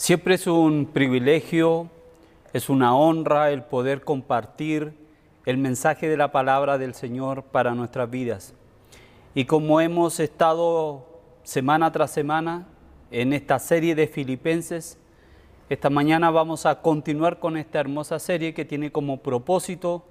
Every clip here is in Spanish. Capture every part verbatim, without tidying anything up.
Siempre es un privilegio, es una honra el poder compartir el mensaje de la palabra del Señor para nuestras vidas. Y como hemos estado semana tras semana en esta serie de Filipenses, esta mañana vamos a continuar con esta hermosa serie que tiene como propósito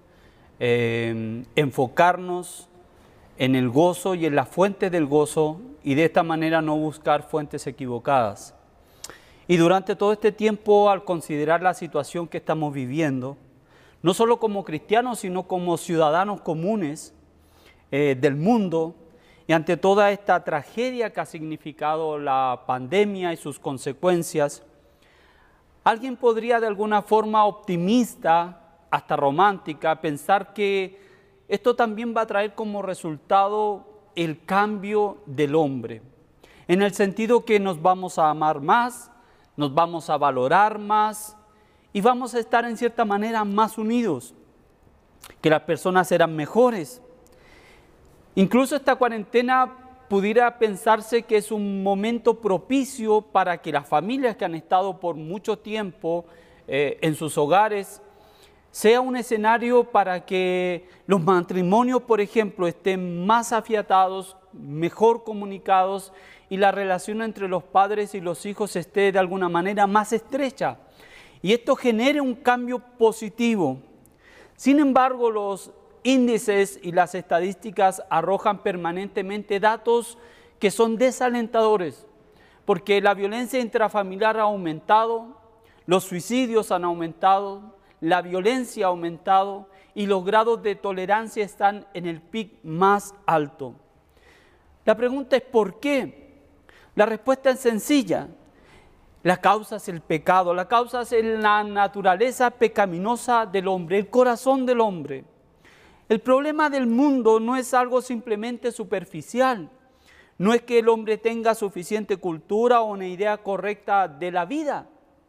eh, enfocarnos en el gozo y en la fuente del gozo, y de esta manera no buscar fuentes equivocadas. Y durante todo este tiempo, al considerar la situación que estamos viviendo, no solo como cristianos, sino como ciudadanos comunes eh, del mundo, y ante toda esta tragedia que ha significado la pandemia y sus consecuencias, alguien podría de alguna forma optimista, hasta romántica, pensar que esto también va a traer como resultado el cambio del hombre, en el sentido que nos vamos a amar más, nos vamos a valorar más y vamos a estar en cierta manera más unidos, que las personas serán mejores. Incluso esta cuarentena pudiera pensarse que es un momento propicio para que las familias que han estado por mucho tiempo eh, en sus hogares sea un escenario para que los matrimonios, por ejemplo, estén más afiatados, mejor comunicados, y la relación entre los padres y los hijos esté de alguna manera más estrecha. Y esto genere un cambio positivo. Sin embargo, los índices y las estadísticas arrojan permanentemente datos que son desalentadores, porque la violencia intrafamiliar ha aumentado, los suicidios han aumentado, la violencia ha aumentado y los grados de tolerancia están en el pic más alto. La pregunta es ¿por qué? La respuesta es sencilla. La causa es el pecado, la causa es la naturaleza pecaminosa del hombre, el corazón del hombre. El problema del mundo no es algo simplemente superficial, no es que el hombre tenga suficiente cultura o una idea correcta de la vida,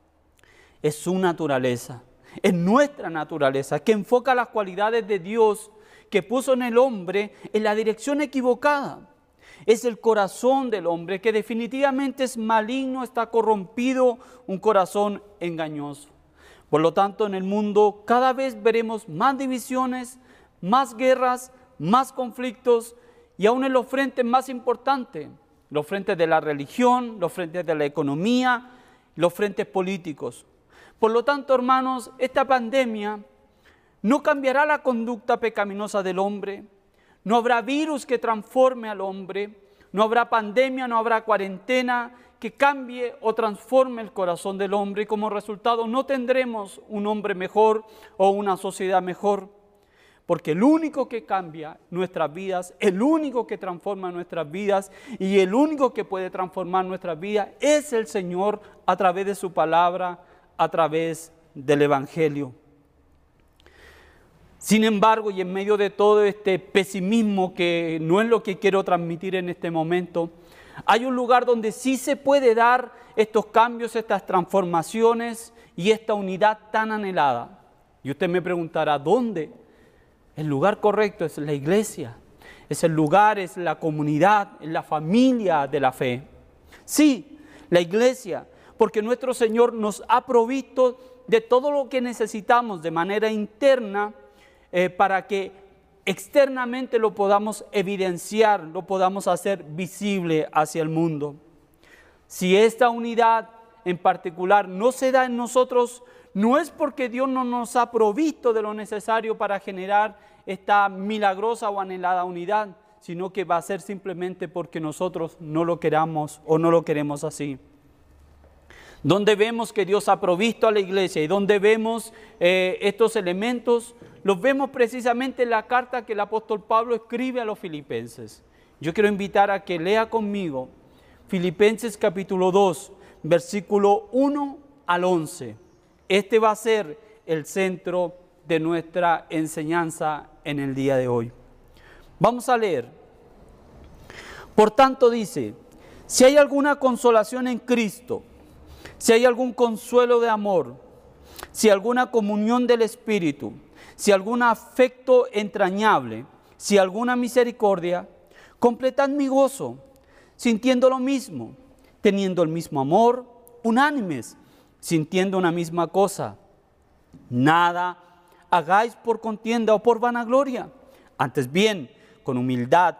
es su naturaleza. Es nuestra naturaleza que enfoca las cualidades de Dios que puso en el hombre en la dirección equivocada. Es el corazón del hombre que definitivamente es maligno, está corrompido, un corazón engañoso. Por lo tanto, en el mundo cada vez veremos más divisiones, más guerras, más conflictos, y aún en los frentes más importantes, los frentes de la religión, los frentes de la economía, los frentes políticos. Por lo tanto, hermanos, esta pandemia no cambiará la conducta pecaminosa del hombre, no habrá virus que transforme al hombre, no habrá pandemia, no habrá cuarentena que cambie o transforme el corazón del hombre, y como resultado no tendremos un hombre mejor o una sociedad mejor, porque el único que cambia nuestras vidas, el único que transforma nuestras vidas y el único que puede transformar nuestras vidas es el Señor a través de su palabra, a través del Evangelio. Sin embargo, y en medio de todo este pesimismo, que no es lo que quiero transmitir en este momento, hay un lugar donde sí se puede dar estos cambios, estas transformaciones y esta unidad tan anhelada. Y usted me preguntará, ¿dónde? El lugar correcto es la iglesia, es el lugar, es la comunidad, es la familia de la fe. Sí, la iglesia, porque nuestro Señor nos ha provisto de todo lo que necesitamos de manera interna, Eh, para que externamente lo podamos evidenciar, lo podamos hacer visible hacia el mundo. Si esta unidad en particular no se da en nosotros, no es porque Dios no nos ha provisto de lo necesario para generar esta milagrosa o anhelada unidad, sino que va a ser simplemente porque nosotros no lo queramos o no lo queremos así. Donde vemos que Dios ha provisto a la iglesia y donde vemos eh, estos elementos, los vemos precisamente en la carta que el apóstol Pablo escribe a los filipenses. Yo quiero invitar a que lea conmigo Filipenses capítulo dos, versículo uno al once. Este va a ser el centro de nuestra enseñanza en el día de hoy. Vamos a leer. Por tanto dice, si hay alguna consolación en Cristo, si hay algún consuelo de amor, si alguna comunión del Espíritu, si algún afecto entrañable, si alguna misericordia, completad mi gozo, sintiendo lo mismo, teniendo el mismo amor, unánimes, sintiendo una misma cosa. Nada hagáis por contienda o por vanagloria, antes bien, con humildad,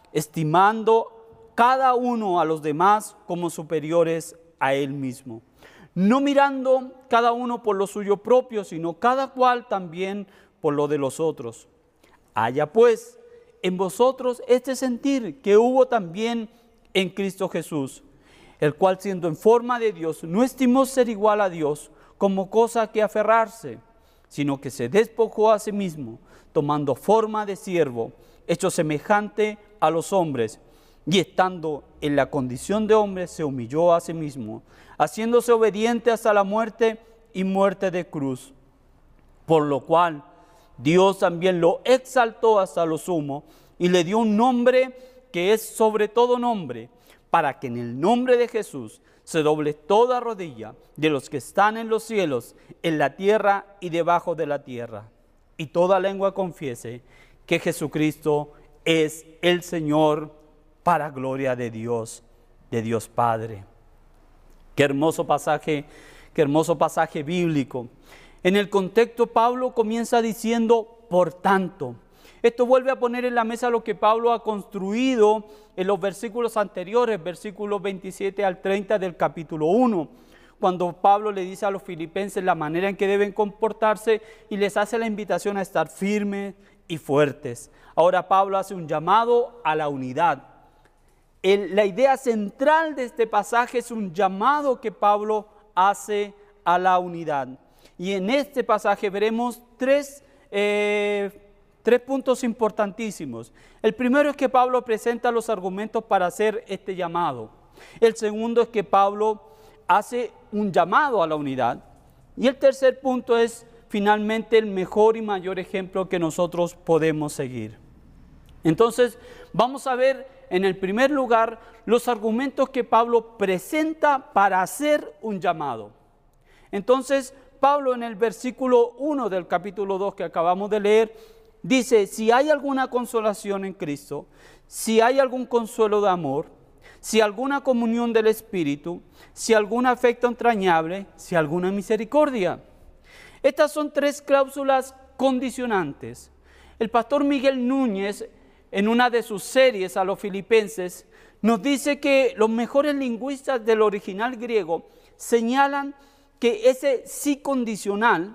estimando cada uno a los demás como superiores a él mismo, no mirando cada uno por lo suyo propio, sino cada cual también por lo de los otros. Haya pues en vosotros este sentir que hubo también en Cristo Jesús, el cual siendo en forma de Dios, no estimó ser igual a Dios como cosa que aferrarse, sino que se despojó a sí mismo, tomando forma de siervo, hecho semejante a los hombres, y estando en la condición de hombre, se humilló a sí mismo, haciéndose obediente hasta la muerte y muerte de cruz. Por lo cual Dios también lo exaltó hasta lo sumo y le dio un nombre que es sobre todo nombre, para que en el nombre de Jesús se doble toda rodilla de los que están en los cielos, en la tierra y debajo de la tierra, y toda lengua confiese que Jesucristo es el Señor, para gloria de Dios, de Dios Padre. Qué hermoso pasaje, qué hermoso pasaje bíblico. En el contexto, Pablo comienza diciendo, por tanto. Esto vuelve a poner en la mesa lo que Pablo ha construido en los versículos anteriores, versículos veintisiete al treinta del capítulo uno, cuando Pablo le dice a los filipenses la manera en que deben comportarse y les hace la invitación a estar firmes y fuertes. Ahora Pablo hace un llamado a la unidad. El, la idea central de este pasaje es un llamado que Pablo hace a la unidad. Y en este pasaje veremos tres, eh, tres puntos importantísimos. El primero es que Pablo presenta los argumentos para hacer este llamado. El segundo es que Pablo hace un llamado a la unidad. Y el tercer punto es finalmente el mejor y mayor ejemplo que nosotros podemos seguir. Entonces, vamos a ver en el primer lugar los argumentos que Pablo presenta para hacer un llamado. Entonces, Pablo en el versículo uno del capítulo dos que acabamos de leer, dice, si hay alguna consolación en Cristo, si hay algún consuelo de amor, si alguna comunión del Espíritu, si algún afecto entrañable, si alguna misericordia. Estas son tres cláusulas condicionantes. El pastor Miguel Núñez, en una de sus series a los filipenses, nos dice que los mejores lingüistas del original griego señalan que ese sí condicional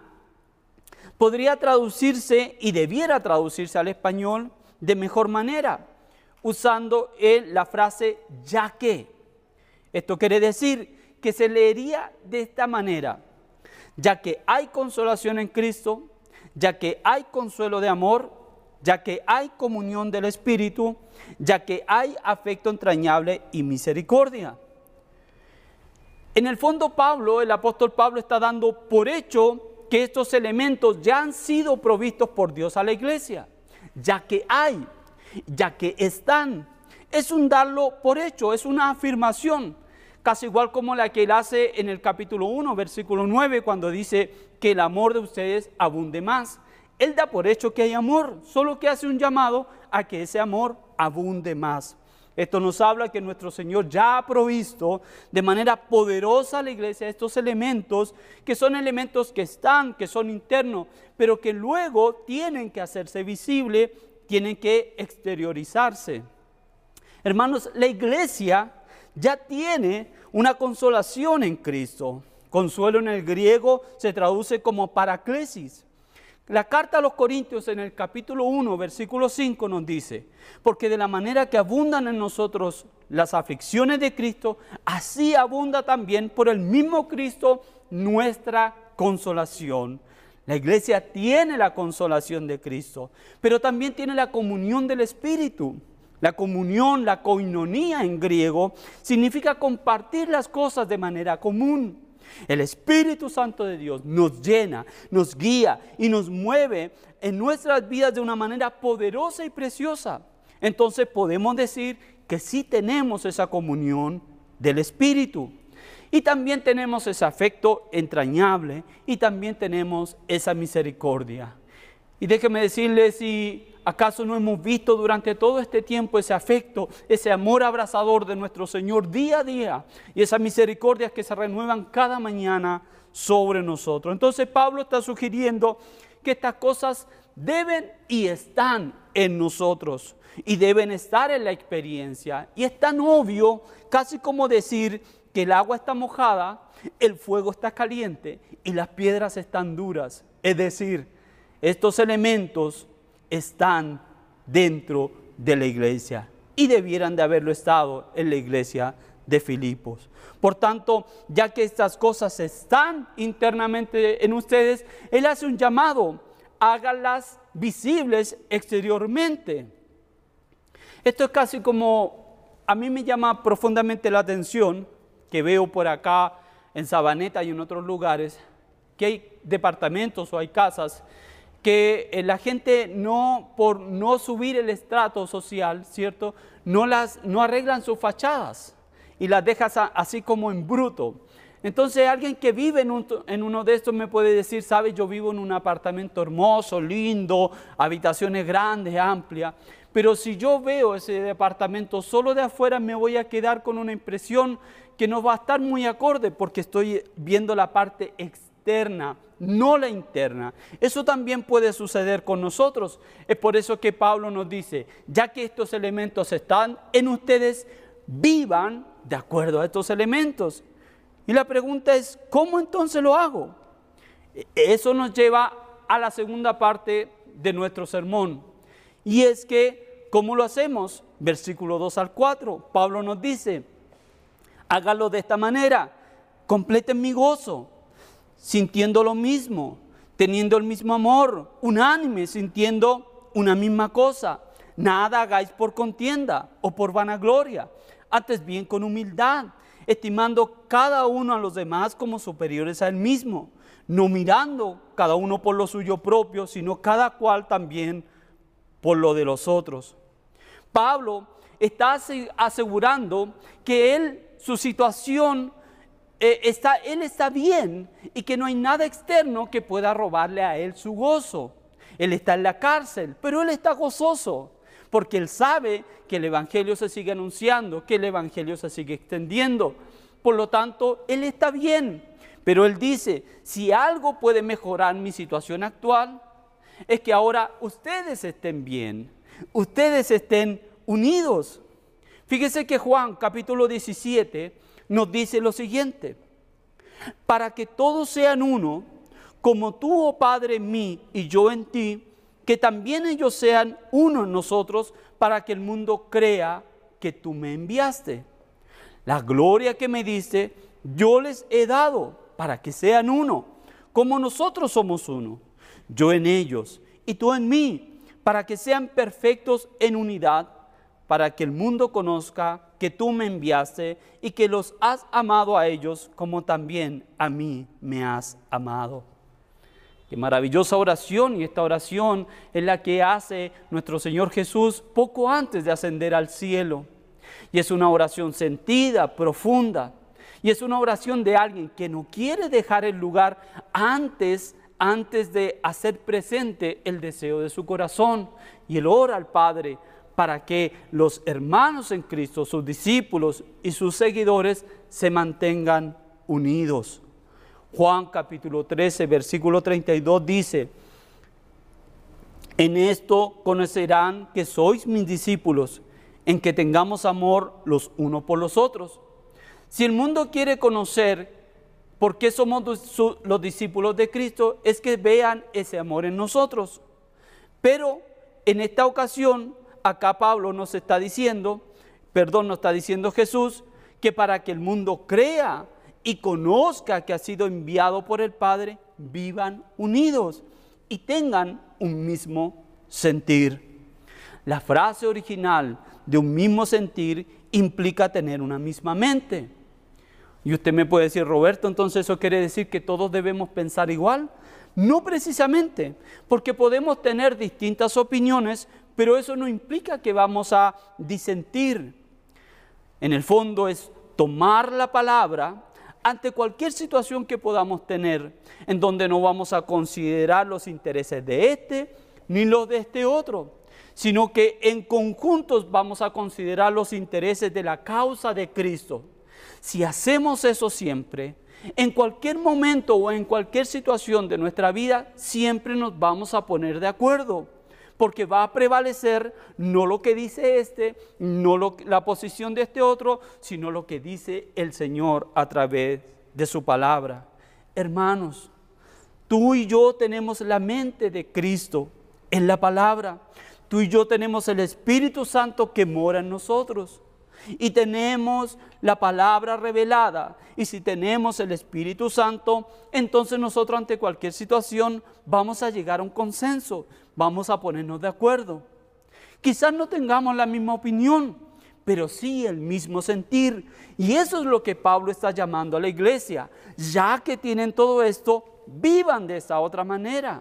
podría traducirse y debiera traducirse al español de mejor manera, usando él la frase ya que. Esto quiere decir que se leería de esta manera: ya que hay consolación en Cristo, ya que hay consuelo de amor, ya que hay comunión del Espíritu, ya que hay afecto entrañable y misericordia. En el fondo, Pablo, el apóstol Pablo, está dando por hecho que estos elementos ya han sido provistos por Dios a la iglesia, ya que hay, ya que están. Es un darlo por hecho, es una afirmación, casi igual como la que él hace en el capítulo uno, versículo nueve, cuando dice que el amor de ustedes abunde más. Él da por hecho que hay amor, solo que hace un llamado a que ese amor abunde más. Esto nos habla que nuestro Señor ya ha provisto de manera poderosa a la iglesia estos elementos, que son elementos que están, que son internos, pero que luego tienen que hacerse visibles, tienen que exteriorizarse. Hermanos, la iglesia ya tiene una consolación en Cristo. Consuelo en el griego se traduce como paraclesis. La carta a los Corintios en el capítulo uno, versículo cinco nos dice, porque de la manera que abundan en nosotros las aflicciones de Cristo, así abunda también por el mismo Cristo nuestra consolación. La iglesia tiene la consolación de Cristo, pero también tiene la comunión del Espíritu. La comunión, la koinonía en griego, significa compartir las cosas de manera común. El Espíritu Santo de Dios nos llena, nos guía y nos mueve en nuestras vidas de una manera poderosa y preciosa. Entonces podemos decir que sí tenemos esa comunión del Espíritu. Y también tenemos ese afecto entrañable y también tenemos esa misericordia. Y déjenme decirles, si ¿Acaso no hemos visto durante todo este tiempo ese afecto, ese amor abrazador de nuestro Señor día a día y esas misericordias que se renuevan cada mañana sobre nosotros? Entonces Pablo está sugiriendo que estas cosas deben y están en nosotros y deben estar en la experiencia. Y es tan obvio, casi como decir que el agua está mojada, el fuego está caliente y las piedras están duras. Es decir, estos elementos están dentro de la iglesia y debieran de haberlo estado en la iglesia de Filipos. Por tanto, ya que estas cosas están internamente en ustedes, él hace un llamado: háganlas visibles exteriormente. Esto es casi como, a mí me llama profundamente la atención, que veo por acá en Sabaneta y en otros lugares, que hay departamentos o hay casas que la gente no, por no subir el estrato social, ¿cierto?, no, las, no arreglan sus fachadas y las dejas así como en bruto. Entonces alguien que vive en, un, en uno de estos me puede decir: sabe, yo vivo en un apartamento hermoso, lindo, habitaciones grandes, amplias, pero si yo veo ese departamento solo de afuera, me voy a quedar con una impresión que no va a estar muy acorde, porque estoy viendo la parte externa, no la interna. Eso también puede suceder con nosotros. Es por eso que Pablo nos dice: ya que estos elementos están en ustedes, vivan de acuerdo a estos elementos. Y la pregunta es: ¿cómo entonces lo hago? Eso nos lleva a la segunda parte de nuestro sermón. Y es que, ¿cómo lo hacemos? Versículo dos al cuatro, Pablo nos dice: hágalo de esta manera, completen mi gozo, sintiendo lo mismo, teniendo el mismo amor, unánime, sintiendo una misma cosa. Nada hagáis por contienda o por vanagloria, antes bien con humildad, estimando cada uno a los demás como superiores a él mismo, no mirando cada uno por lo suyo propio, sino cada cual también por lo de los otros. Pablo está asegurando que él, su situación, eh, está, él está bien y que no hay nada externo que pueda robarle a él su gozo. Él está en la cárcel, pero él está gozoso, porque él sabe que el evangelio se sigue anunciando, que el evangelio se sigue extendiendo. Por lo tanto, él está bien. Pero él dice: si algo puede mejorar mi situación actual, es que ahora ustedes estén bien, ustedes estén unidos. Fíjese que Juan capítulo diecisiete nos dice lo siguiente: para que todos sean uno, como tú, oh Padre, en mí y yo en ti, que también ellos sean uno en nosotros, para que el mundo crea que tú me enviaste. La gloria que me diste, yo les he dado, para que sean uno, como nosotros somos uno. Yo en ellos y tú en mí, para que sean perfectos en unidad, para que el mundo conozca que tú me enviaste y que los has amado a ellos como también a mí me has amado. Qué maravillosa oración, y esta oración es la que hace nuestro Señor Jesús poco antes de ascender al cielo. Y es una oración sentida, profunda, y es una oración de alguien que no quiere dejar el lugar antes, antes de hacer presente el deseo de su corazón. Y él ora al Padre para que los hermanos en Cristo, sus discípulos y sus seguidores, se mantengan unidos. Juan capítulo trece, versículo treinta y dos dice: en esto conocerán que sois mis discípulos, en que tengamos amor los unos por los otros. Si el mundo quiere conocer por qué somos los discípulos de Cristo, es que vean ese amor en nosotros. Pero en esta ocasión, acá Pablo nos está diciendo, perdón, nos está diciendo Jesús, que para que el mundo crea y conozca que ha sido enviado por el Padre, vivan unidos y tengan un mismo sentir. La frase original de un mismo sentir implica tener una misma mente. Y usted me puede decir: Roberto, entonces eso quiere decir que todos debemos pensar igual. No precisamente, porque podemos tener distintas opiniones, pero eso no implica que vamos a disentir. En el fondo es tomar la palabra ante cualquier situación que podamos tener, en donde no vamos a considerar los intereses de este ni los de este otro, sino que en conjuntos vamos a considerar los intereses de la causa de Cristo. Si hacemos eso siempre, en cualquier momento o en cualquier situación de nuestra vida, siempre nos vamos a poner de acuerdo, porque va a prevalecer no lo que dice este, no lo, la posición de este otro, sino lo que dice el Señor a través de su palabra. Hermanos, tú y yo tenemos la mente de Cristo en la palabra. Tú y yo tenemos el Espíritu Santo que mora en nosotros. Y tenemos la palabra revelada. Y si tenemos el Espíritu Santo, entonces nosotros ante cualquier situación vamos a llegar a un consenso. Vamos a ponernos de acuerdo. Quizás no tengamos la misma opinión, pero sí el mismo sentir. Y eso es lo que Pablo está llamando a la iglesia. Ya que tienen todo esto, vivan de esta otra manera.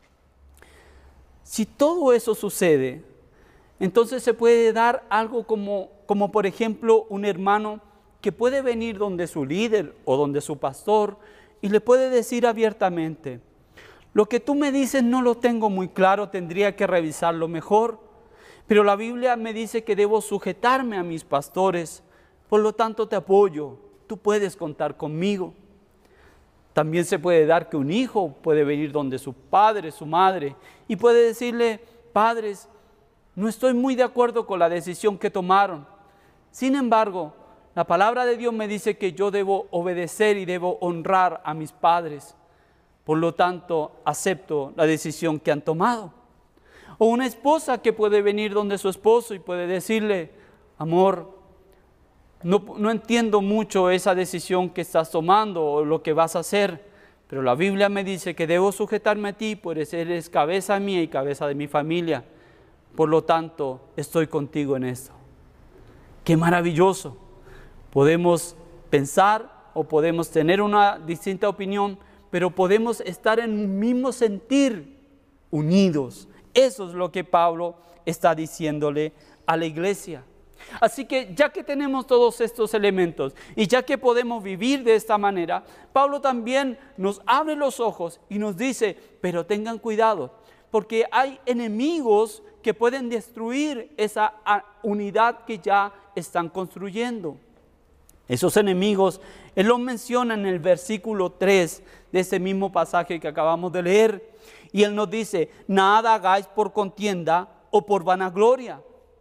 Si todo eso sucede, entonces se puede dar algo como, como por ejemplo un hermano que puede venir donde su líder o donde su pastor y le puede decir abiertamente: lo que tú me dices no lo tengo muy claro, tendría que revisarlo mejor, pero la Biblia me dice que debo sujetarme a mis pastores, por lo tanto te apoyo, tú puedes contar conmigo. También se puede dar que un hijo puede venir donde su padre, su madre, y puede decirle: padres, no estoy muy de acuerdo con la decisión que tomaron. Sin embargo, la palabra de Dios me dice que yo debo obedecer y debo honrar a mis padres. Por lo tanto, acepto la decisión que han tomado. O una esposa que puede venir donde su esposo y puede decirle: amor, No, no entiendo mucho esa decisión que estás tomando o lo que vas a hacer, pero la Biblia me dice que debo sujetarme a ti, pues eres cabeza mía y cabeza de mi familia. Por lo tanto, estoy contigo en esto. ¡Qué maravilloso! Podemos pensar o podemos tener una distinta opinión, pero podemos estar en un mismo sentir, unidos. Eso es lo que Pablo está diciéndole a la iglesia. Así que ya que tenemos todos estos elementos y ya que podemos vivir de esta manera, Pablo también nos abre los ojos y nos dice: pero tengan cuidado, porque hay enemigos que pueden destruir esa unidad que ya están construyendo. Esos enemigos, él los menciona en el versículo tres de ese mismo pasaje que acabamos de leer. Y él nos dice: nada hagáis por contienda o por vanagloria.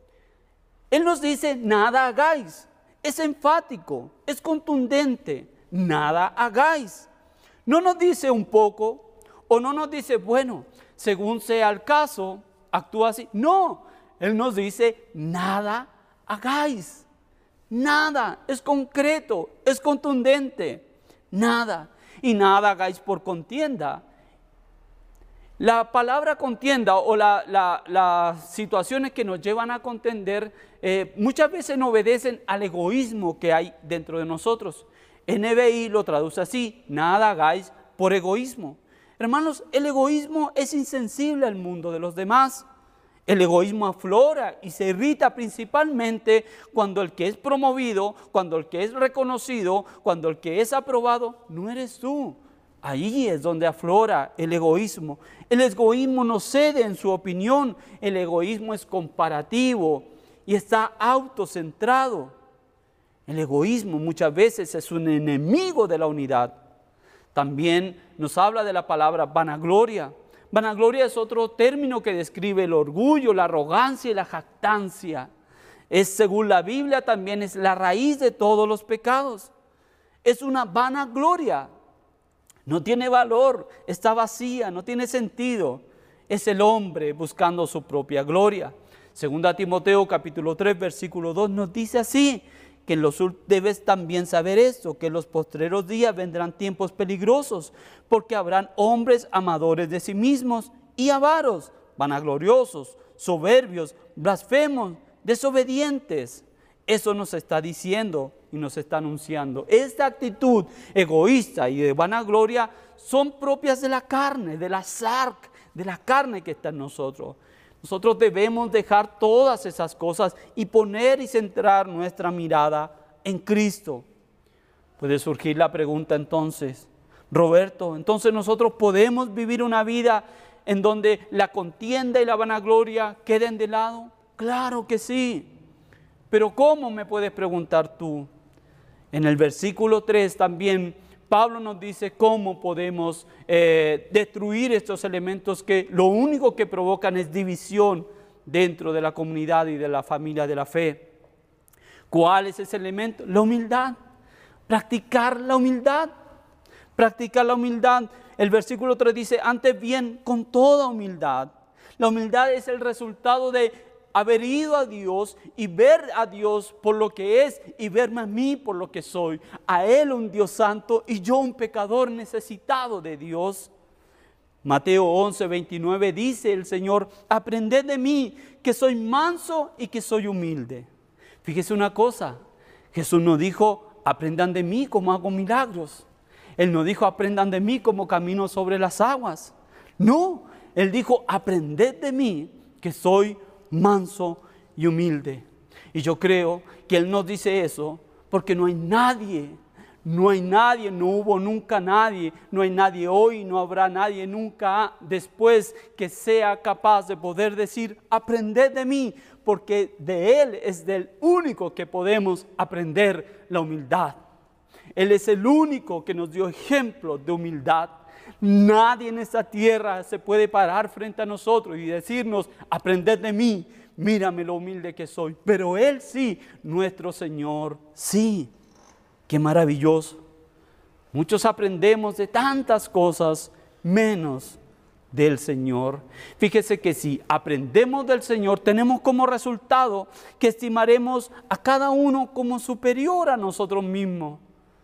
Él nos dice: nada hagáis. Es enfático, es contundente. Nada hagáis. No nos dice un poco, o no nos dice, bueno, según sea el caso, actúa así. No, él nos dice: nada hagáis. Nada, es concreto, es contundente. Nada. Y nada hagáis por contienda. La palabra contienda o la, la, las situaciones que nos llevan a contender eh, muchas veces no obedecen al egoísmo que hay dentro de nosotros. N B I lo traduce así: nada hagáis por egoísmo. Hermanos, el egoísmo es insensible al mundo de los demás. El egoísmo aflora y se irrita principalmente cuando el que es promovido, cuando el que es reconocido, cuando el que es aprobado, no eres tú. Ahí es donde aflora el egoísmo. El egoísmo no cede en su opinión. El egoísmo es comparativo y está autocentrado. El egoísmo muchas veces es un enemigo de la unidad. También nos habla de la palabra vanagloria. Vanagloria es otro término que describe el orgullo, la arrogancia y la jactancia. Es, según la Biblia, también es la raíz de todos los pecados. Es una vanagloria. No tiene valor, está vacía, no tiene sentido. Es el hombre buscando su propia gloria. Segunda Timoteo capítulo tres versículo dos nos dice así: que en los, debes también saber esto, que en los postreros días vendrán tiempos peligrosos, porque habrán hombres amadores de sí mismos y avaros, vanagloriosos, soberbios, blasfemos, desobedientes. Eso nos está diciendo y nos está anunciando. Esta actitud egoísta y de vanagloria son propias de la carne, de la sarc, de la carne que está en nosotros. Nosotros debemos dejar todas esas cosas y poner y centrar nuestra mirada en Cristo. Puede surgir la pregunta entonces: Roberto, entonces nosotros podemos vivir una vida en donde la contienda y la vanagloria queden de lado? Claro que sí. Pero ¿cómo, me puedes preguntar tú? En el versículo tres también Pablo nos dice cómo podemos eh, destruir estos elementos que lo único que provocan es división dentro de la comunidad y de la familia de la fe. ¿Cuál es ese elemento? La humildad. Practicar la humildad. Practicar la humildad. El versículo tres dice, antes bien, con toda humildad. La humildad es el resultado de haber ido a Dios y ver a Dios por lo que es y verme a mí por lo que soy. A Él un Dios santo y yo un pecador necesitado de Dios. Mateo once, veintinueve dice el Señor, aprended de mí que soy manso y que soy humilde. Fíjese una cosa, Jesús no dijo, aprendan de mí como hago milagros. Él no dijo, aprendan de mí como camino sobre las aguas. No, Él dijo, aprended de mí que soy manso y humilde. Y yo creo que Él nos dice eso porque no hay nadie, no hay nadie, no hubo nunca nadie, no hay nadie hoy, no habrá nadie nunca después que sea capaz de poder decir, aprended de mí, porque de Él es del único que podemos aprender la humildad. Él es el único que nos dio ejemplo de humildad. Nadie en esta tierra se puede parar frente a nosotros y decirnos, aprended de mí, mírame lo humilde que soy. Pero Él sí, nuestro Señor, sí. Qué maravilloso. Muchos aprendemos de tantas cosas, menos del Señor. Fíjese que si aprendemos del Señor, tenemos como resultado que estimaremos a cada uno como superior a nosotros mismos.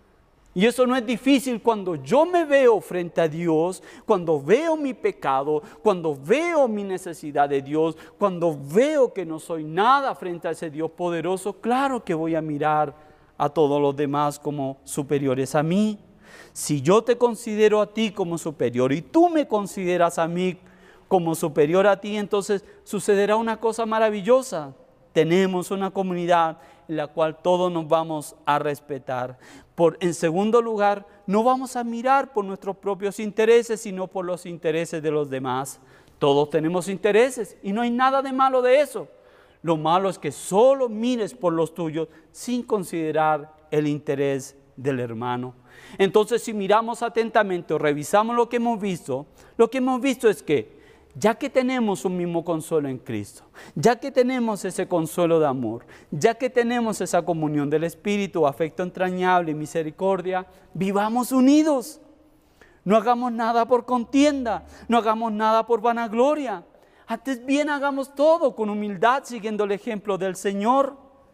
Y eso no es difícil cuando yo me veo frente a Dios, cuando veo mi pecado, cuando veo mi necesidad de Dios, cuando veo que no soy nada frente a ese Dios poderoso. Claro que voy a mirar a todos los demás como superiores a mí. Si yo te considero a ti como superior y tú me consideras a mí como superior a ti, entonces sucederá una cosa maravillosa. Tenemos una comunidad en la cual todos nos vamos a respetar. Por, en segundo lugar, no vamos a mirar por nuestros propios intereses, sino por los intereses de los demás. Todos tenemos intereses y no hay nada de malo de eso. Lo malo es que solo mires por los tuyos sin considerar el interés del hermano. Entonces, si miramos atentamente o revisamos lo que hemos visto, lo que hemos visto es que ya que tenemos un mismo consuelo en Cristo, ya que tenemos ese consuelo de amor, ya que tenemos esa comunión del Espíritu, afecto entrañable y misericordia, vivamos unidos. No hagamos nada por contienda, no hagamos nada por vanagloria. Antes bien hagamos todo con humildad, siguiendo el ejemplo del Señor.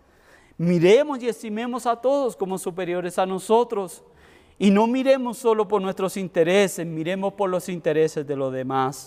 Miremos y estimemos a todos como superiores a nosotros. Y no miremos solo por nuestros intereses, miremos por los intereses de los demás.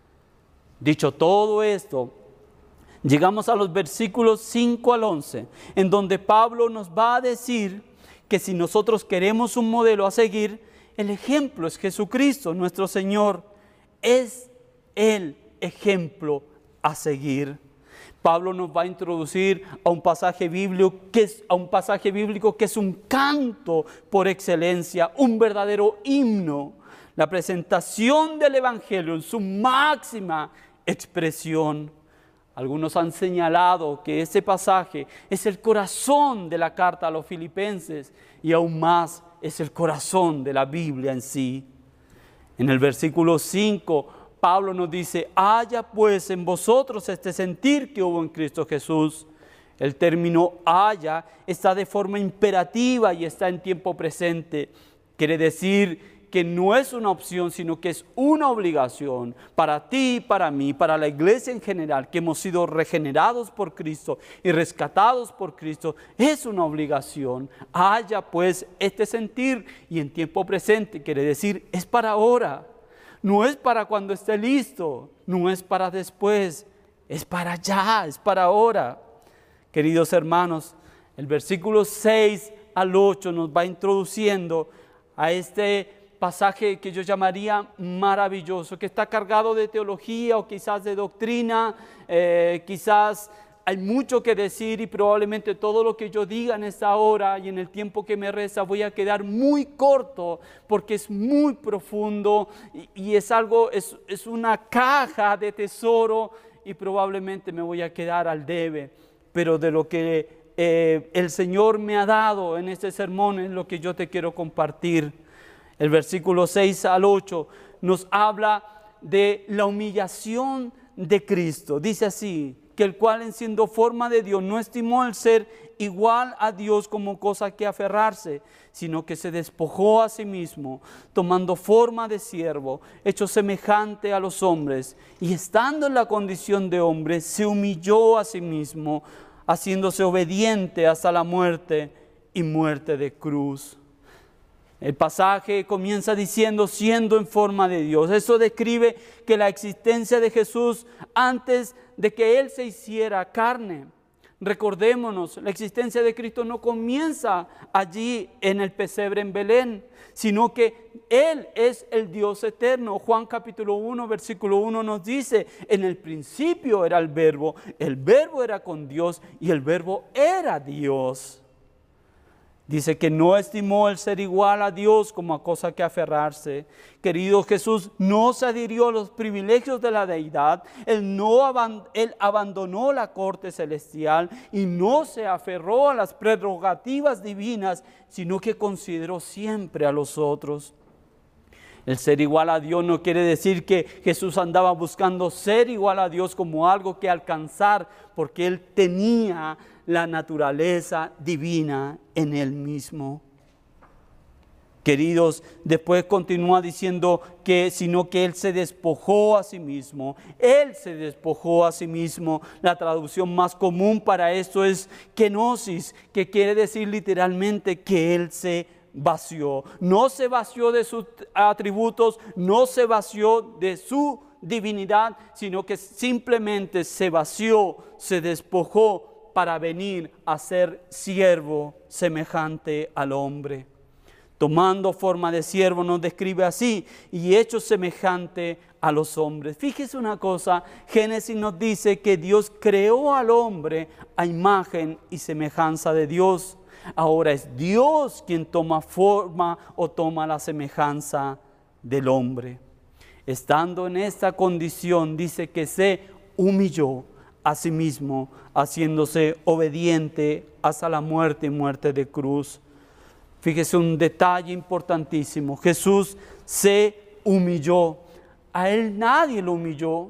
Dicho todo esto, llegamos a los versículos cinco al once, en donde Pablo nos va a decir que si nosotros queremos un modelo a seguir, el ejemplo es Jesucristo, nuestro Señor. Es el ejemplo a seguir. Pablo nos va a introducir a un pasaje bíblico que es, a un pasaje bíblico que es un canto por excelencia, un verdadero himno. La presentación del Evangelio en su máxima expresión. Algunos han señalado que ese pasaje es el corazón de la carta a los Filipenses y aún más es el corazón de la Biblia en sí. En el versículo cinco, Pablo nos dice, haya pues en vosotros este sentir que hubo en Cristo Jesús. El término haya está de forma imperativa y está en tiempo presente. Quiere decir que no es una opción, sino que es una obligación para ti y para mí, para la iglesia en general, que hemos sido regenerados por Cristo y rescatados por Cristo. Es una obligación. Haya pues este sentir, y en tiempo presente quiere decir es para ahora. No es para cuando esté listo, no es para después, es para ya, es para ahora. Queridos hermanos, el versículo seis al ocho nos va introduciendo a este pasaje que yo llamaría maravilloso, que está cargado de teología o quizás de doctrina, eh, quizás Hay mucho que decir y probablemente todo lo que yo diga en esta hora y en el tiempo que me resta voy a quedar muy corto porque es muy profundo y, y es algo, es, es una caja de tesoro y probablemente me voy a quedar al debe. Pero de lo que eh, el Señor me ha dado en este sermón es lo que yo te quiero compartir. El versículo seis al ocho nos habla de la humillación de Cristo. Dice así, que el cual en siendo forma de Dios no estimó el ser igual a Dios como cosa que aferrarse, sino que se despojó a sí mismo, tomando forma de siervo, hecho semejante a los hombres, y estando en la condición de hombre, se humilló a sí mismo, haciéndose obediente hasta la muerte y muerte de cruz. El pasaje comienza diciendo, siendo en forma de Dios. Eso describe que la existencia de Jesús antes de que Él se hiciera carne. Recordémonos, la existencia de Cristo no comienza allí en el pesebre en Belén, sino que Él es el Dios eterno. Juan capítulo uno, versículo uno nos dice, en el principio era el verbo, el verbo era con Dios y el verbo era Dios. Dice que no estimó el ser igual a Dios como a cosa que aferrarse. Querido, Jesús no se adhirió a los privilegios de la deidad. Él, no aban- él abandonó la corte celestial y no se aferró a las prerrogativas divinas, sino que consideró siempre a los otros. El ser igual a Dios no quiere decir que Jesús andaba buscando ser igual a Dios como algo que alcanzar, porque Él tenía la naturaleza divina en Él mismo. Queridos, después continúa diciendo que sino que Él se despojó a sí mismo. Él se despojó a sí mismo. La traducción más común para esto es kenosis, que quiere decir literalmente que Él se vació. No se vació de sus atributos, no se vació de su divinidad, sino que simplemente se vació, se despojó para venir a ser siervo semejante al hombre. Tomando forma de siervo nos describe así, y hecho semejante a los hombres. Fíjese una cosa, Génesis nos dice que Dios creó al hombre a imagen y semejanza de Dios. Ahora es Dios quien toma forma o toma la semejanza del hombre. Estando en esta condición, dice que se humilló a sí mismo, haciéndose obediente hasta la muerte y muerte de cruz. Fíjese un detalle importantísimo. Jesús se humilló. A Él nadie lo humilló.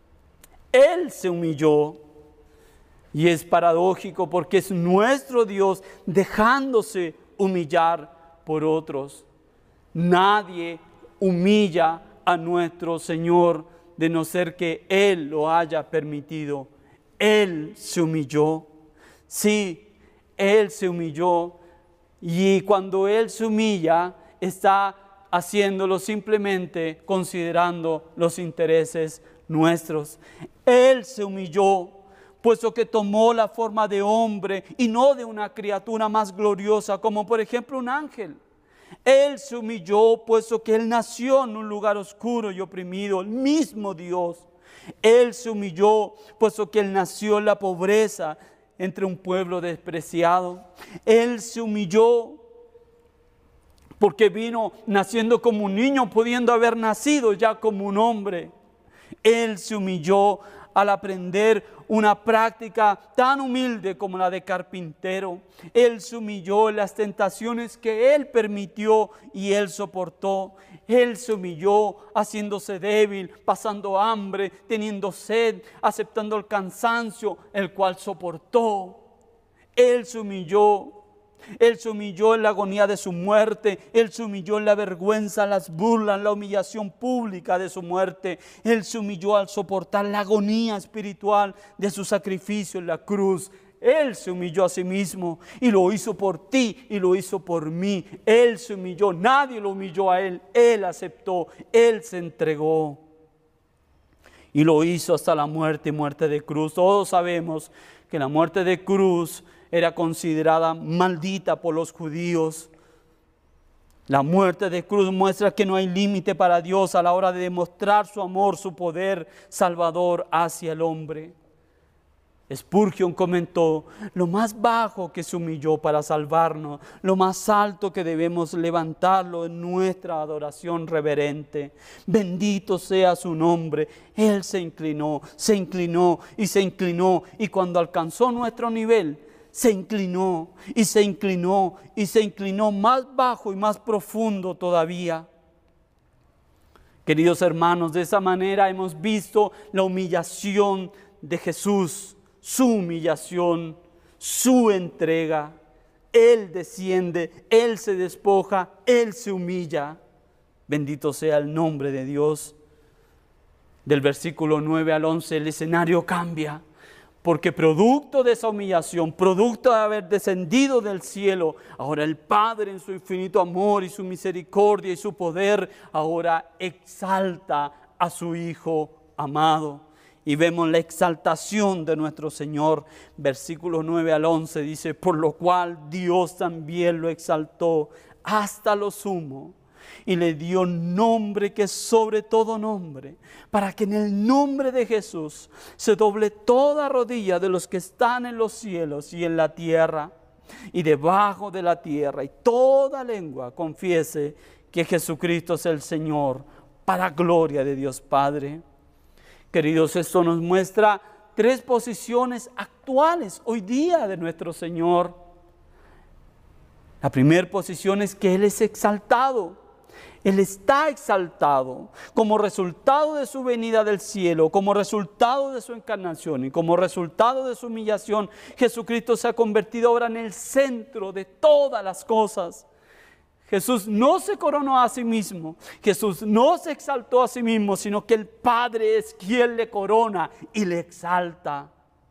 Él se humilló. Y es paradójico porque es nuestro Dios dejándose humillar por otros. Nadie humilla a nuestro Señor de no ser que Él lo haya permitido. Él se humilló. Sí, Él se humilló. Y cuando Él se humilla, está haciéndolo simplemente considerando los intereses nuestros. Él se humilló, puesto que tomó la forma de hombre y no de una criatura más gloriosa, como por ejemplo un ángel. Él se humilló, puesto que Él nació en un lugar oscuro y oprimido, el mismo Dios. Él se humilló, puesto que Él nació en la pobreza, entre un pueblo despreciado. Él se humilló, porque vino naciendo como un niño, pudiendo haber nacido ya como un hombre. Él se humilló al aprender una práctica tan humilde como la de carpintero. Él se humilló en las tentaciones que Él permitió y Él soportó. Él se humilló haciéndose débil, pasando hambre, teniendo sed, aceptando el cansancio, el cual soportó. Él se humilló. Él se humilló en la agonía de su muerte. Él se humilló en la vergüenza, las burlas, la humillación pública de su muerte. Él se humilló al soportar la agonía espiritual de su sacrificio en la cruz. Él se humilló a sí mismo y lo hizo por ti y lo hizo por mí. Él se humilló, nadie lo humilló a Él. Él aceptó, Él se entregó y lo hizo hasta la muerte y muerte de cruz. Todos sabemos que la muerte de cruz era considerada maldita por los judíos. La muerte de cruz muestra que no hay límite para Dios a la hora de demostrar su amor, su poder salvador hacia el hombre. Spurgeon comentó: lo más bajo que se humilló para salvarnos, lo más alto que debemos levantarlo en nuestra adoración reverente. Bendito sea su nombre. Él se inclinó, se inclinó y se inclinó, y cuando alcanzó nuestro nivel, se inclinó y se inclinó y se inclinó más bajo y más profundo todavía. Queridos hermanos, de esa manera hemos visto la humillación de Jesús, su humillación, su entrega. Él desciende, Él se despoja, Él se humilla. Bendito sea el nombre de Dios. Del versículo nueve al once el escenario cambia, porque producto de esa humillación, producto de haber descendido del cielo, ahora el Padre en su infinito amor y su misericordia y su poder, ahora exalta a su Hijo amado. Y vemos la exaltación de nuestro Señor. Versículos nueve al once dice: por lo cual Dios también lo exaltó hasta lo sumo y le dio nombre que es sobre todo nombre, para que en el nombre de Jesús se doble toda rodilla de los que están en los cielos y en la tierra y debajo de la tierra, y toda lengua confiese que Jesucristo es el Señor, para gloria de Dios Padre. Queridos, esto nos muestra tres posiciones actuales hoy día de nuestro Señor. La primera posición es que Él es exaltado. Él está exaltado como resultado de su venida del cielo, como resultado de su encarnación y como resultado de su humillación. Jesucristo se ha convertido ahora en el centro de todas las cosas. Jesús no se coronó a sí mismo, Jesús no se exaltó a sí mismo, sino que el Padre es quien le corona y le exalta.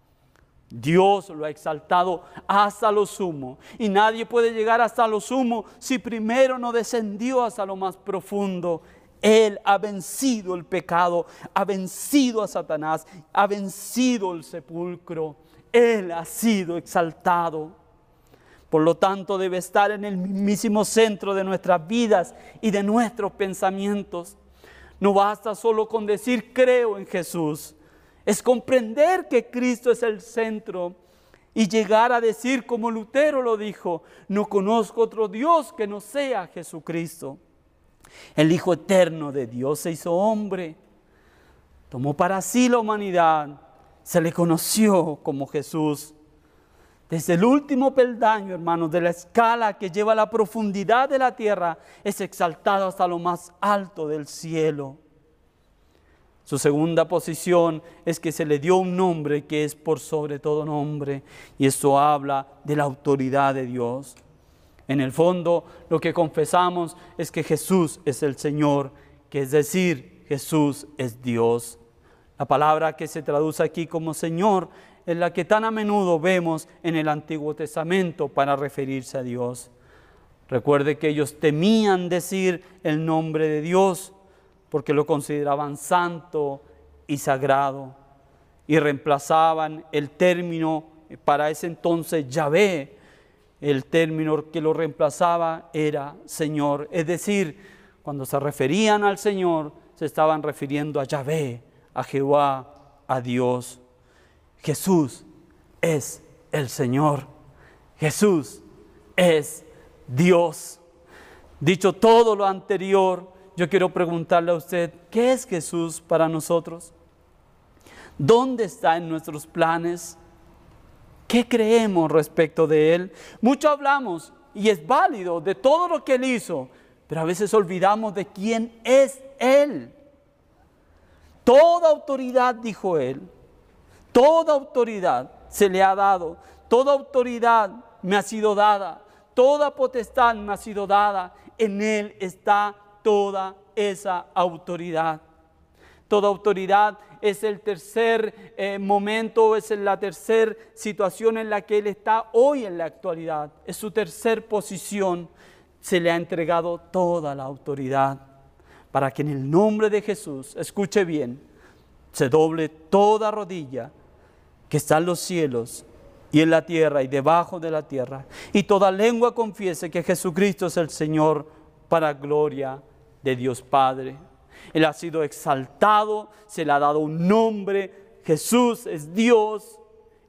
Dios lo ha exaltado hasta lo sumo, y nadie puede llegar hasta lo sumo si primero no descendió hasta lo más profundo. Él ha vencido el pecado, ha vencido a Satanás, ha vencido el sepulcro. Él ha sido exaltado. Por lo tanto, debe estar en el mismísimo centro de nuestras vidas y de nuestros pensamientos. No basta solo con decir creo en Jesús. Es comprender que Cristo es el centro y llegar a decir, como Lutero lo dijo: no conozco otro Dios que no sea Jesucristo. El Hijo eterno de Dios se hizo hombre, tomó para sí la humanidad, se le conoció como Jesús. Desde el último peldaño, hermanos, de la escala que lleva a la profundidad de la tierra, es exaltado hasta lo más alto del cielo. Su segunda posición es que se le dio un nombre que es por sobre todo nombre, y esto habla de la autoridad de Dios. En el fondo, lo que confesamos es que Jesús es el Señor, que es decir, Jesús es Dios. La palabra que se traduce aquí como Señor es la que tan a menudo vemos en el Antiguo Testamento para referirse a Dios. Recuerde que ellos temían decir el nombre de Dios porque lo consideraban santo y sagrado, y reemplazaban el término para ese entonces Yahvé. El término que lo reemplazaba era Señor, es decir, cuando se referían al Señor se estaban refiriendo a Yahvé, a Jehová, a Dios. Jesús es el Señor. Jesús es Dios. Dicho todo lo anterior, yo quiero preguntarle a usted, ¿qué es Jesús para nosotros? ¿Dónde está en nuestros planes? ¿Qué creemos respecto de Él? Mucho hablamos, y es válido, de todo lo que Él hizo, pero a veces olvidamos de quién es Él. Toda autoridad, dijo Él, toda autoridad se le ha dado, toda autoridad me ha sido dada, toda potestad me ha sido dada. En Él está toda esa autoridad. Toda autoridad es el tercer eh, momento, es la tercera situación en la que Él está hoy en la actualidad. Es su tercer posición. Se le ha entregado toda la autoridad para que en el nombre de Jesús, escuche bien, se doble toda rodilla que está en los cielos y en la tierra y debajo de la tierra, y toda lengua confiese que Jesucristo es el Señor, para gloria de Dios Padre. Él ha sido exaltado, se le ha dado un nombre. Jesús es Dios,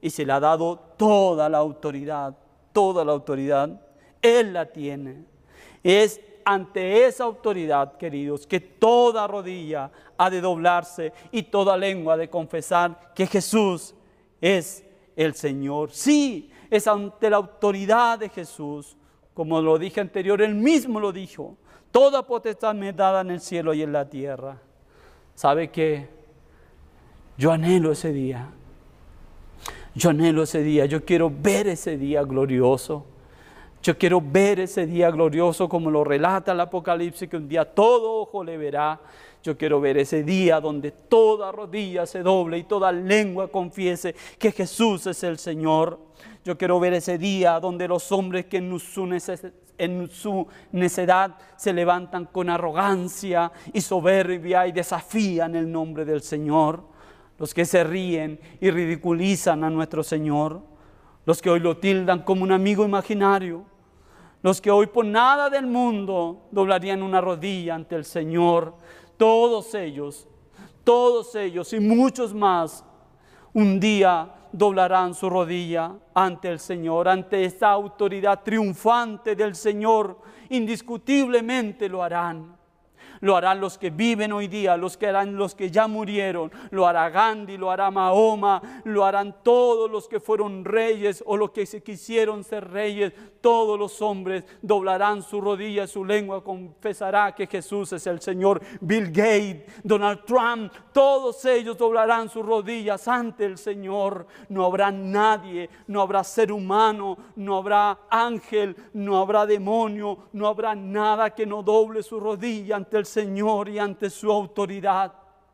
y se le ha dado toda la autoridad, toda la autoridad. Él la tiene. Es ante esa autoridad, queridos, que toda rodilla ha de doblarse y toda lengua ha de confesar que Jesús es el Señor. Sí, es ante la autoridad de Jesús. Como lo dije anterior, Él mismo lo dijo. Toda potestad me es dada en el cielo y en la tierra. ¿Sabe qué? Yo anhelo ese día. Yo anhelo ese día. Yo quiero ver ese día glorioso. Yo quiero ver ese día glorioso como lo relata el Apocalipsis, que un día todo ojo le verá. Yo quiero ver ese día donde toda rodilla se doble y toda lengua confiese que Jesús es el Señor. Yo quiero ver ese día donde los hombres que en su, neces- en su necedad se levantan con arrogancia y soberbia y desafían el nombre del Señor. Los que se ríen y ridiculizan a nuestro Señor. Los que hoy lo tildan como un amigo imaginario. Los que hoy por nada del mundo doblarían una rodilla ante el Señor. Todos ellos, todos ellos y muchos más, un día doblarán su rodilla ante el Señor, ante esta autoridad triunfante del Señor. Indiscutiblemente lo harán. Lo harán los que viven hoy día, los que harán los que ya murieron. Lo hará Gandhi, lo hará Mahoma, lo harán todos los que fueron reyes o los que se quisieron ser reyes. Todos los hombres doblarán su rodilla, su lengua confesará que Jesús es el Señor. Bill Gates, Donald Trump, todos ellos doblarán sus rodillas ante el Señor. No habrá nadie, no habrá ser humano, no habrá ángel, no habrá demonio, no habrá nada que no doble su rodilla ante el Señor y ante su autoridad.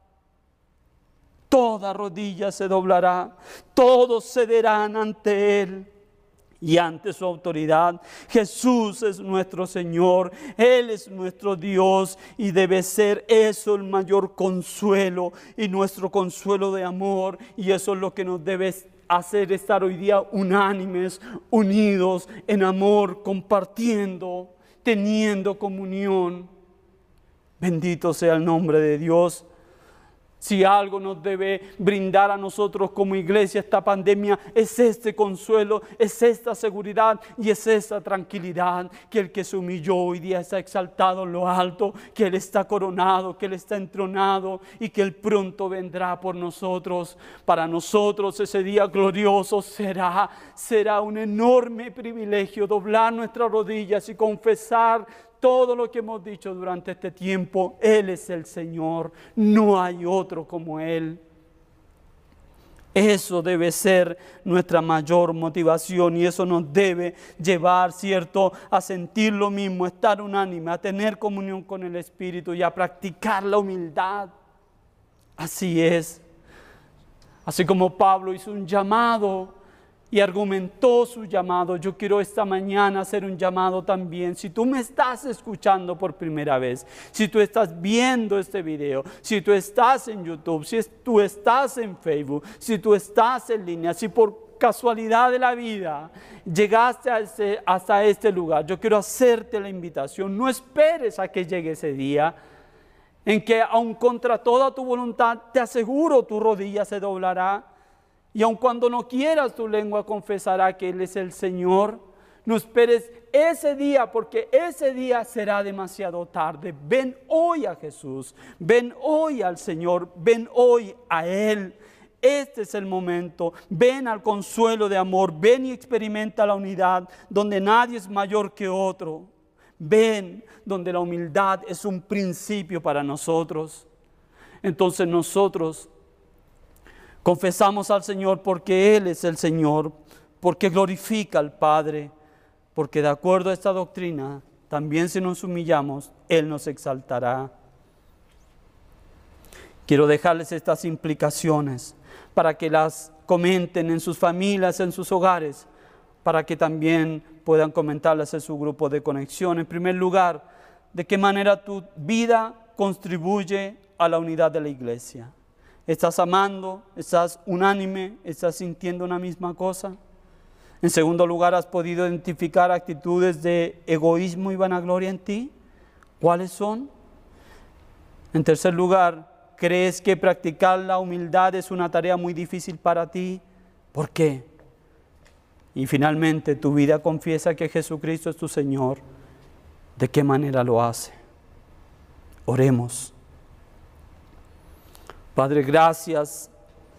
Toda rodilla se doblará, todos cederán ante Él y ante su autoridad. Jesús es nuestro Señor, Él es nuestro Dios y debe ser eso el mayor consuelo y nuestro consuelo de amor, y eso es lo que nos debe hacer estar hoy día unánimes, unidos en amor, compartiendo, teniendo comunión. Bendito sea el nombre de Dios. Si algo nos debe brindar a nosotros como iglesia esta pandemia, es este consuelo, es esta seguridad y es esta tranquilidad, que el que se humilló hoy día está exaltado en lo alto, que Él está coronado, que Él está entronado y que Él pronto vendrá por nosotros. Para nosotros ese día glorioso será, será un enorme privilegio doblar nuestras rodillas y confesar todo lo que hemos dicho durante este tiempo. Él es el Señor, no hay otro como Él. Eso debe ser nuestra mayor motivación y eso nos debe llevar, ¿cierto?, a sentir lo mismo, a estar unánime, a tener comunión con el Espíritu y a practicar la humildad. Así es. Así como Pablo hizo un llamado y argumentó su llamado, yo quiero esta mañana hacer un llamado también. Si tú me estás escuchando por primera vez, si tú estás viendo este video, si tú estás en YouTube, si tú estás en Facebook, si tú estás en línea, si por casualidad de la vida llegaste a ese, hasta este lugar, yo quiero hacerte la invitación. No esperes a que llegue ese día en que aun contra toda tu voluntad, te aseguro, tu rodilla se doblará. Y aun cuando no quieras, tu lengua confesará que Él es el Señor. No esperes ese día, porque ese día será demasiado tarde. Ven hoy a Jesús, ven hoy al Señor, ven hoy a Él. Este es el momento. Ven al consuelo de amor, ven y experimenta la unidad donde nadie es mayor que otro. Ven donde la humildad es un principio para nosotros. Entonces nosotros confesamos al Señor porque Él es el Señor, porque glorifica al Padre, porque de acuerdo a esta doctrina, también si nos humillamos, Él nos exaltará. Quiero dejarles estas implicaciones para que las comenten en sus familias, en sus hogares, para que también puedan comentarlas en su grupo de conexión. En primer lugar, ¿de qué manera tu vida contribuye a la unidad de la iglesia? ¿Estás amando? ¿Estás unánime? ¿Estás sintiendo una misma cosa? En segundo lugar, ¿has podido identificar actitudes de egoísmo y vanagloria en ti? ¿Cuáles son? En tercer lugar, ¿crees que practicar la humildad es una tarea muy difícil para ti? ¿Por qué? Y finalmente tu vida confiesa que Jesucristo es tu Señor. ¿De qué manera lo hace? Oremos. Padre, gracias.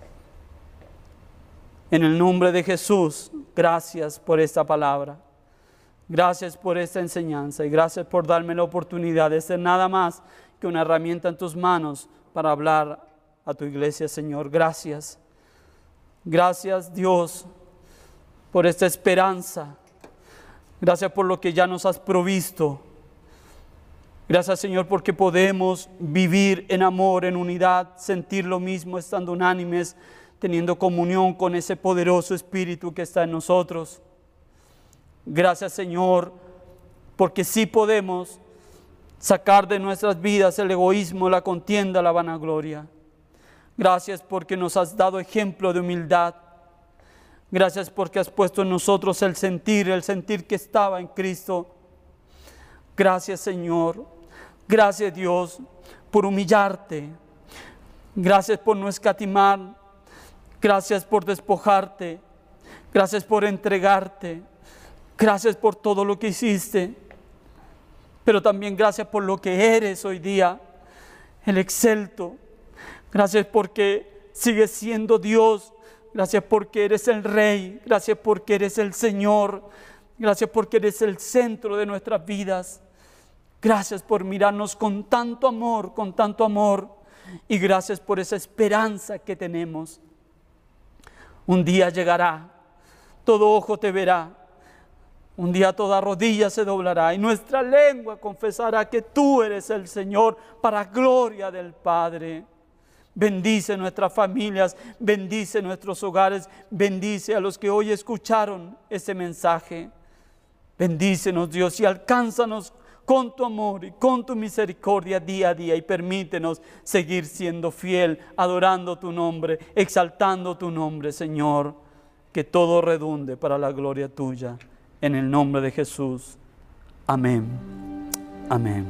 En el nombre de Jesús, gracias por esta palabra. Gracias por esta enseñanza y gracias por darme la oportunidad de ser nada más que una herramienta en tus manos para hablar a tu iglesia, Señor. Gracias. Gracias, Dios, por esta esperanza. Gracias por lo que ya nos has provisto. Gracias, Señor, porque podemos vivir en amor, en unidad, sentir lo mismo, estando unánimes, teniendo comunión con ese poderoso Espíritu que está en nosotros. Gracias, Señor, porque sí podemos sacar de nuestras vidas el egoísmo, la contienda, la vanagloria. Gracias porque nos has dado ejemplo de humildad. Gracias porque has puesto en nosotros el sentir, el sentir que estaba en Cristo. Gracias, Señor. Gracias, Dios, por humillarte. Gracias por no escatimar. Gracias por despojarte. Gracias por entregarte. Gracias por todo lo que hiciste. Pero también gracias por lo que eres hoy día, el excelto. Gracias porque sigues siendo Dios. Gracias porque eres el Rey. Gracias porque eres el Señor. Gracias porque eres el centro de nuestras vidas. Gracias por mirarnos con tanto amor, con tanto amor. Y gracias por esa esperanza que tenemos. Un día llegará, todo ojo te verá. Un día toda rodilla se doblará y nuestra lengua confesará que tú eres el Señor, para gloria del Padre. Bendice nuestras familias, bendice nuestros hogares, bendice a los que hoy escucharon este mensaje. Bendícenos, Dios, y alcánzanos con tu amor y con tu misericordia día a día y permítenos seguir siendo fiel, adorando tu nombre, exaltando tu nombre, Señor. Que todo redunde para la gloria tuya. En el nombre de Jesús. Amén. Amén.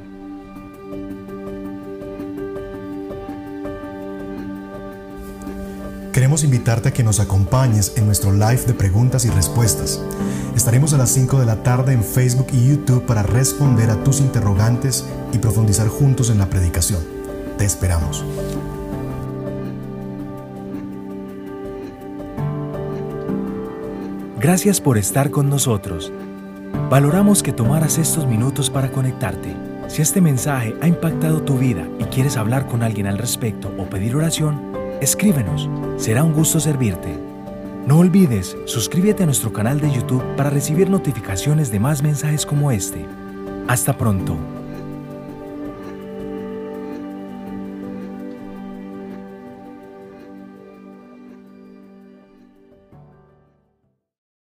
Queremos invitarte a que nos acompañes en nuestro live de preguntas y respuestas. Estaremos a las cinco de la tarde en Facebook y YouTube para responder a tus interrogantes y profundizar juntos en la predicación. Te esperamos. Gracias por estar con nosotros. Valoramos que tomaras estos minutos para conectarte. Si este mensaje ha impactado tu vida y quieres hablar con alguien al respecto o pedir oración, escríbenos. Será un gusto servirte. No olvides, suscríbete a nuestro canal de YouTube para recibir notificaciones de más mensajes como este. Hasta pronto.